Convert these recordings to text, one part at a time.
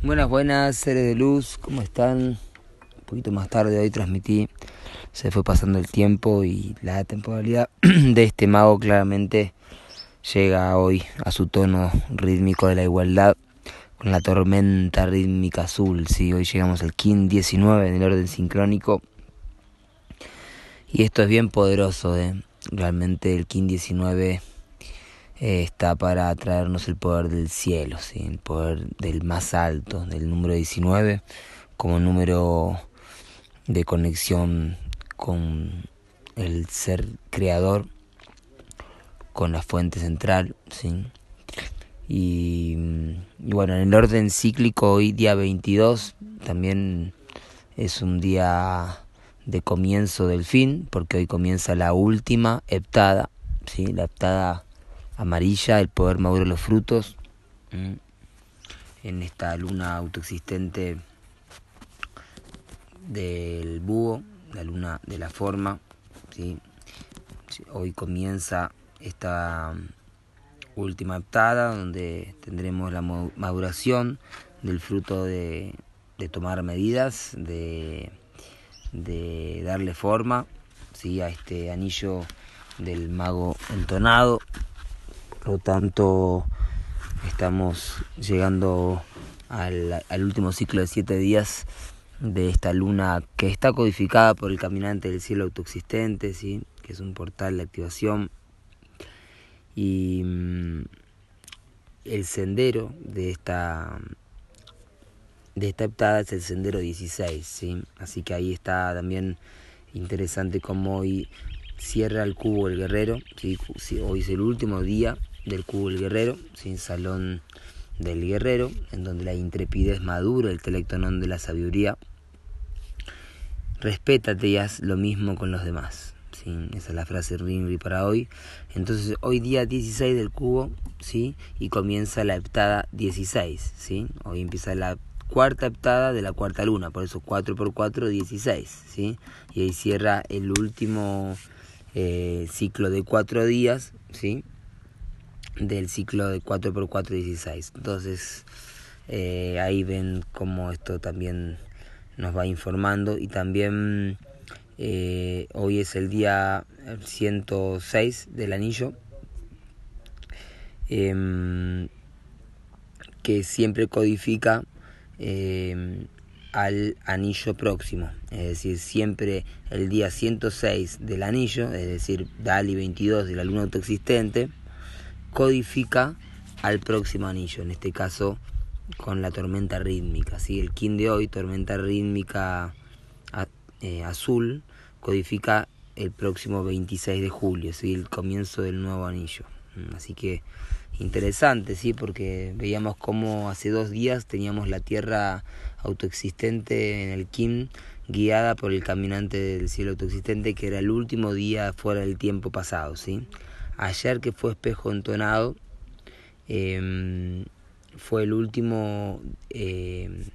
Buenas, buenas, seres de luz, ¿cómo están? Un poquito más tarde hoy transmití, se fue pasando el tiempo y la temporalidad de este mago claramente llega hoy a su tono rítmico de la igualdad con la tormenta rítmica azul. Sí, hoy llegamos al Kin 19 en el orden sincrónico y esto es bien poderoso. Realmente el Kin 19 está para traernos el poder del cielo, ¿sí? El poder del más alto, del número 19, como número de conexión con el ser creador, con la fuente central, ¿sí? Y bueno, en el orden cíclico hoy día 22 también es un día de comienzo del fin, porque hoy comienza la última heptada, ¿sí? La heptada amarilla, el poder maduro de los frutos, en esta luna autoexistente del búho, la luna de la forma, ¿sí? Hoy comienza esta última heptada donde tendremos la maduración del fruto de tomar medidas, de darle forma, ¿sí? A este anillo del mago entonado. Por lo tanto, estamos llegando al último ciclo de 7 días de esta luna que está codificada por el caminante del cielo autoexistente, ¿sí? Que es un portal de activación. Y el sendero de esta heptada es el sendero 16, ¿sí? Así que ahí está también interesante cómo hoy cierra el cubo el guerrero, ¿sí? Hoy es el último día del cubo del guerrero, ¿sí? Salón del guerrero, en donde la intrepidez madura, el telectonón de la sabiduría. Respétate y haz lo mismo con los demás, ¿sí? Esa es la frase Rinri para hoy. Entonces hoy día 16 del cubo, ¿sí? Y comienza la heptada 16, ¿sí? Hoy empieza la cuarta heptada de la cuarta luna, por eso 4x4, 16, ¿sí? Y ahí cierra el último ciclo de 4 días, ¿sí? Del ciclo de 4x4, 16. Entonces ahí ven cómo esto también nos va informando. Y también hoy es el día 106 del anillo, que siempre codifica al anillo próximo, es decir, siempre el día 106 del anillo, es decir, Dali 22 de la luna autoexistente, codifica al próximo anillo, en este caso con la tormenta rítmica, ¿sí? El Kin de hoy, tormenta rítmica azul, codifica el próximo 26 de julio, ¿sí? El comienzo del nuevo anillo. Así que interesante, ¿sí? Porque veíamos cómo hace 2 días teníamos la Tierra autoexistente en el Kin, guiada por el caminante del cielo autoexistente, que era el último día fuera del tiempo pasado, ¿sí? Ayer, que fue espejo entonado, fue el último, es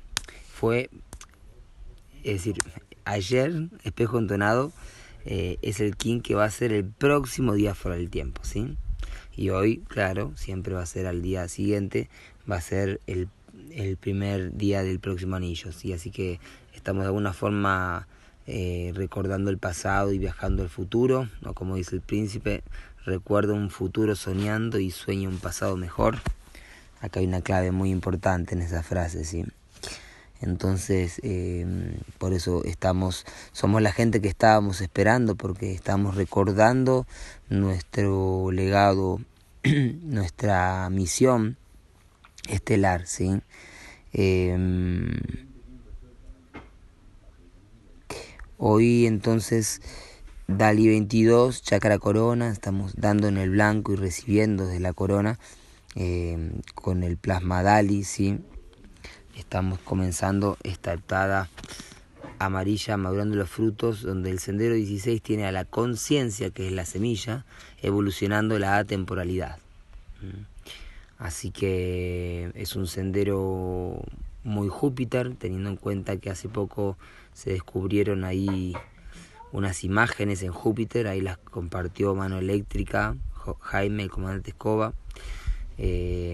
decir, ayer, espejo entonado, es el Kin que va a ser el próximo día fuera del tiempo, ¿sí? Y hoy, claro, siempre va a ser al día siguiente, va a ser el primer día del próximo anillo, ¿sí? Así que estamos de alguna forma recordando el pasado y viajando al futuro, ¿no? Como dice el príncipe, recuerdo un futuro soñando y sueño un pasado mejor. Acá hay una clave muy importante en esa frase, ¿sí? Entonces, por eso somos la gente que estábamos esperando, porque estamos recordando nuestro legado, nuestra misión estelar, ¿sí? Hoy entonces, Dali 22, Chakra Corona, estamos dando en el blanco y recibiendo desde la corona con el plasma Dali, ¿sí? Estamos comenzando esta heptada amarilla, madurando los frutos, donde el sendero 16 tiene a la conciencia, que es la semilla, evolucionando la atemporalidad. Así que es un sendero muy Júpiter, teniendo en cuenta que hace poco se descubrieron ahí unas imágenes en Júpiter, ahí las compartió Mano Eléctrica, Jaime, el comandante Escoba,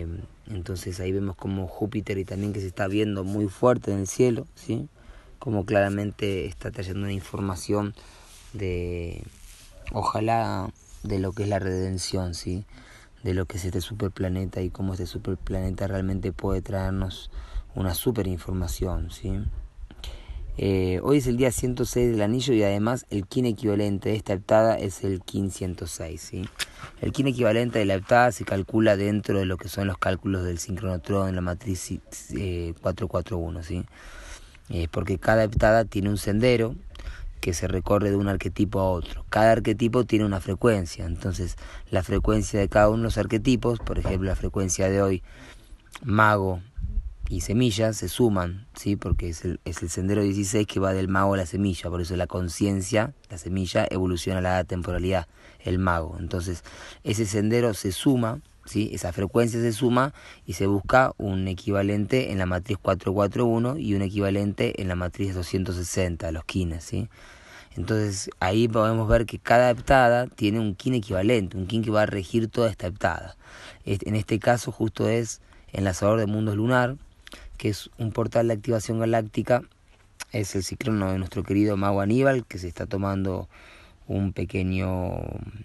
Entonces ahí vemos como Júpiter y también que se está viendo muy fuerte en el cielo, ¿sí? Como claramente está trayendo una información de, ojalá, de lo que es la redención, ¿sí? De lo que es este superplaneta y cómo este superplaneta realmente puede traernos una super información, ¿sí? Hoy es el día 106 del anillo y además el kin equivalente de esta heptada es el kin 106, ¿sí? El kin equivalente de la heptada se calcula dentro de lo que son los cálculos del sincronotrón en la matriz 441, ¿sí? Porque cada heptada tiene un sendero que se recorre de un arquetipo a otro. Cada arquetipo tiene una frecuencia, entonces la frecuencia de cada uno de los arquetipos, por ejemplo la frecuencia de hoy, mago y semilla, se suman, ¿sí? Porque es el sendero 16 que va del mago a la semilla, por eso la conciencia, la semilla, evoluciona a la temporalidad, el mago. Entonces ese sendero se suma, ¿sí? Esa frecuencia se suma y se busca un equivalente en la matriz 441 y un equivalente en la matriz 260, los kines, ¿sí? Entonces ahí podemos ver que cada heptada tiene un kin equivalente, un kin que va a regir toda esta heptada. En este caso justo es enlazador de mundos lunar, que es un portal de activación galáctica, es el ciclono de nuestro querido mago Aníbal, que se está tomando un pequeño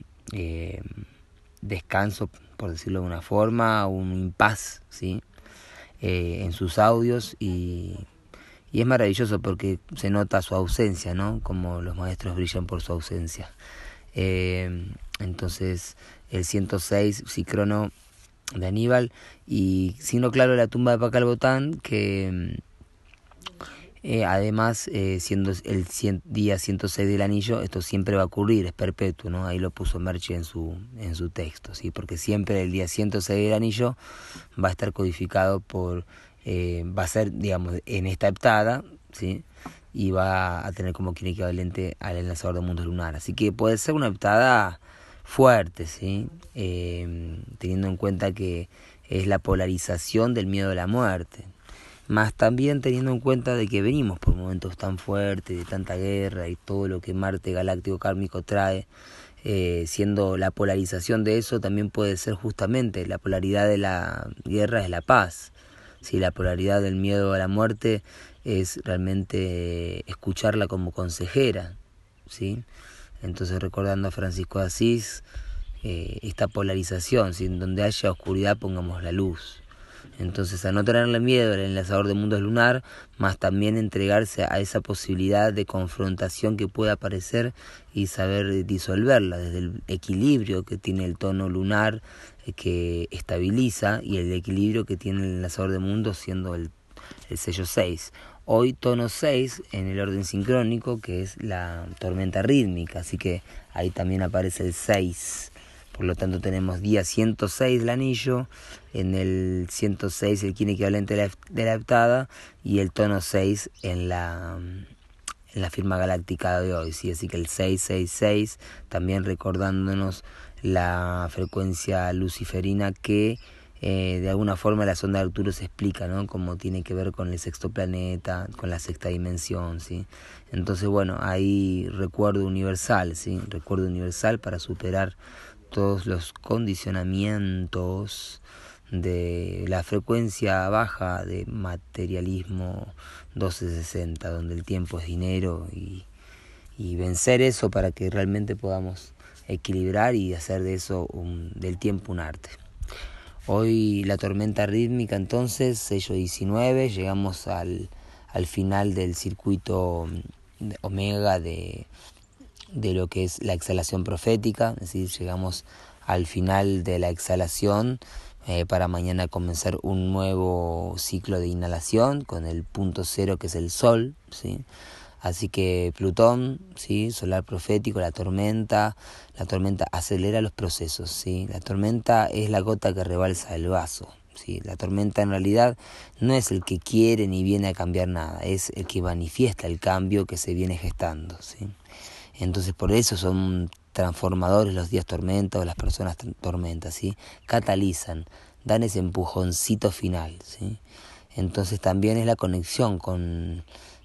descanso, por decirlo de una forma, un impas, ¿sí? En sus audios y es maravilloso porque se nota su ausencia, ¿no? Como los maestros brillan por su ausencia. Entonces el 106, Cicrono de Aníbal, y signo claro de la tumba de Pacal Botán, que además, siendo el día 106 del anillo, esto siempre va a ocurrir, es perpetuo, ¿no? Ahí lo puso Merchi en su texto, ¿sí? Porque siempre el día 106 del anillo va a estar codificado por, va a ser, digamos, en esta heptada, ¿sí? Y va a tener como quien equivalente al enlazador de mundos lunar. Así que puede ser una heptada fuerte, ¿sí? Teniendo en cuenta que es la polarización del miedo a la muerte, más también teniendo en cuenta de que venimos por momentos tan fuertes, de tanta guerra y todo lo que Marte galáctico kármico trae, siendo la polarización de eso también puede ser justamente la polaridad de la guerra es la paz, ¿sí? La polaridad del miedo a la muerte es realmente escucharla como consejera, ¿sí? Entonces, recordando a Francisco de Asís, esta polarización, ¿sí? En donde haya oscuridad pongamos la luz. Entonces, a no tenerle miedo al enlazador de mundos lunar, más también entregarse a esa posibilidad de confrontación que pueda aparecer y saber disolverla desde el equilibrio que tiene el tono lunar que estabiliza y el equilibrio que tiene el enlazador de mundos siendo el sello 6. Hoy tono 6 en el orden sincrónico, que es la tormenta rítmica, así que ahí también aparece el 6. Por lo tanto tenemos día 106 del anillo, en el 106 el kin equivalente de la heptada y el tono 6 en la firma galáctica de hoy, ¿sí? Así que el 666 también recordándonos la frecuencia luciferina que de alguna forma la sonda de Arturo se explica, ¿no? Como tiene que ver con el sexto planeta, con la sexta dimensión, ¿sí? Entonces, bueno, ahí recuerdo universal, ¿sí? Recuerdo universal para superar todos los condicionamientos de la frecuencia baja de materialismo 1260, donde el tiempo es dinero y vencer eso para que realmente podamos equilibrar y hacer de eso del tiempo un arte. Hoy la tormenta rítmica, entonces, sello 19, llegamos al final del circuito omega de lo que es la exhalación profética, es decir, llegamos al final de la exhalación para mañana comenzar un nuevo ciclo de inhalación con el punto cero que es el sol, ¿sí? Así que Plutón, ¿sí? Solar profético, la tormenta acelera los procesos, ¿sí? La tormenta es la gota que rebalsa el vaso, ¿sí? La tormenta en realidad no es el que quiere ni viene a cambiar nada, es el que manifiesta el cambio que se viene gestando, ¿sí? Entonces por eso son transformadores los días tormenta o las personas tormentas, ¿sí? Catalizan, dan ese empujoncito final, ¿sí? Entonces también es la conexión con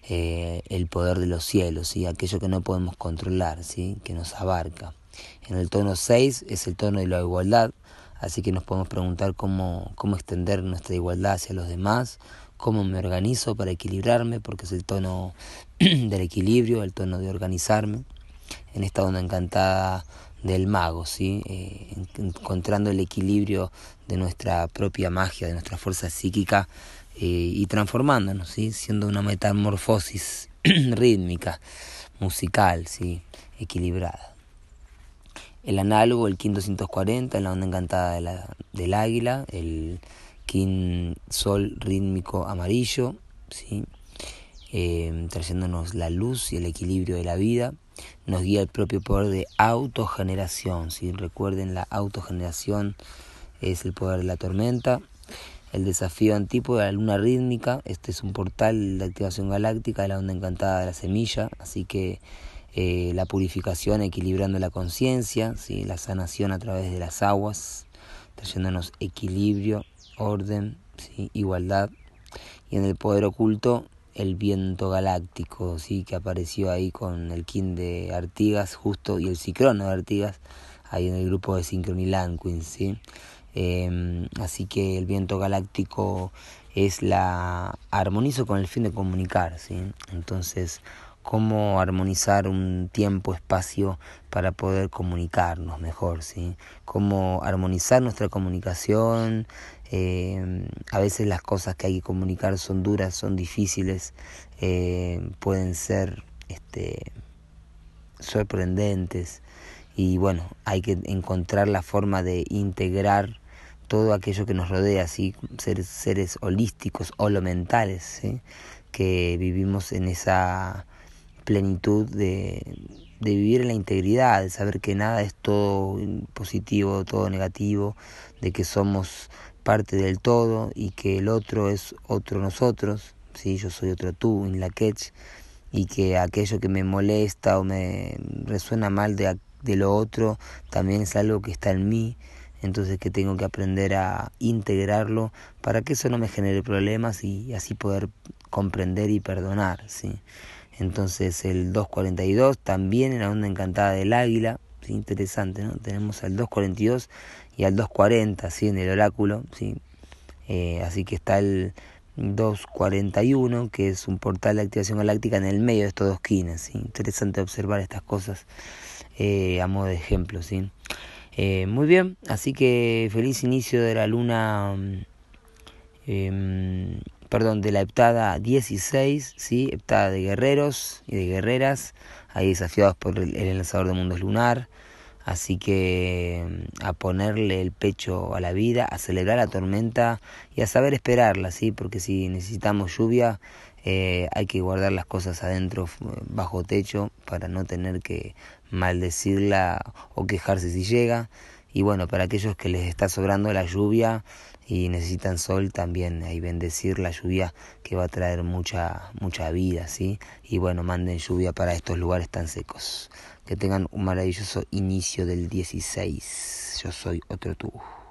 el poder de los cielos, ¿sí? Aquello que no podemos controlar, ¿sí? Que nos abarca. En el tono 6 es el tono de la igualdad, Así que nos podemos preguntar cómo extender nuestra igualdad hacia los demás, cómo me organizo para equilibrarme, porque es el tono del equilibrio, el tono de organizarme, en esta onda encantada del mago, ¿sí? Encontrando el equilibrio de nuestra propia magia, de nuestra fuerza psíquica, y transformándonos, ¿sí? Siendo una metamorfosis rítmica, musical, ¿sí? Equilibrada. El análogo, el Kin 240, en la onda encantada del águila, el Kin sol rítmico amarillo, ¿sí? Trayéndonos la luz y el equilibrio de la vida. Nos guía el propio poder de autogeneración, ¿sí? Recuerden, la autogeneración es el poder de la tormenta. El desafío antípodo de la luna rítmica, este es un portal de activación galáctica de la onda encantada de la semilla, así que la purificación equilibrando la conciencia, ¿sí? La sanación a través de las aguas, trayéndonos equilibrio, orden, ¿sí? Igualdad. Y en el poder oculto, el viento galáctico, ¿sí? Que apareció ahí con el Kin de Artigas justo y el Cicrono de Artigas, ahí en el grupo de Synchrony-Lanquin, ¿sí? Así que el viento galáctico es armonizo con el fin de comunicar, ¿sí? Entonces, cómo armonizar un tiempo-espacio para poder comunicarnos mejor, ¿sí? Cómo armonizar nuestra comunicación. A veces las cosas que hay que comunicar son duras, son difíciles, pueden ser sorprendentes, y bueno, hay que encontrar la forma de integrar todo aquello que nos rodea, ¿sí? Seres holísticos, holomentales, ¿sí? Que vivimos en esa plenitud de vivir en la integridad, de saber que nada es todo positivo, todo negativo, de que somos parte del todo y que el otro es otro nosotros, ¿sí? Yo soy otro tú, in la Ketch, y que aquello que me molesta o me resuena mal de lo otro también es algo que está en mí. Entonces que tengo que aprender a integrarlo para que eso no me genere problemas y así poder comprender y perdonar, ¿sí? Entonces el 242 también en la onda encantada del águila, ¿sí? Interesante, ¿no? Tenemos al 242 y al 240, ¿sí? En el oráculo, ¿sí? Así que está el 241, que es un portal de activación galáctica en el medio de estos dos kines, ¿sí? Interesante observar estas cosas a modo de ejemplo, ¿sí? Muy bien, así que feliz inicio de la luna, de la heptada 16, ¿sí? Heptada de guerreros y de guerreras, ahí desafiados por el lanzador de mundos lunar. Así que a ponerle el pecho a la vida, a celebrar la tormenta y a saber esperarla, ¿sí? Porque si necesitamos lluvia, hay que guardar las cosas adentro, bajo techo, para no tener que maldecirla o quejarse si llega. Y bueno, para aquellos que les está sobrando la lluvia y necesitan sol, también hay bendecir la lluvia, que va a traer mucha vida, ¿sí? Y bueno, manden lluvia para estos lugares tan secos. Que tengan un maravilloso inicio del 16. Yo soy otro tú.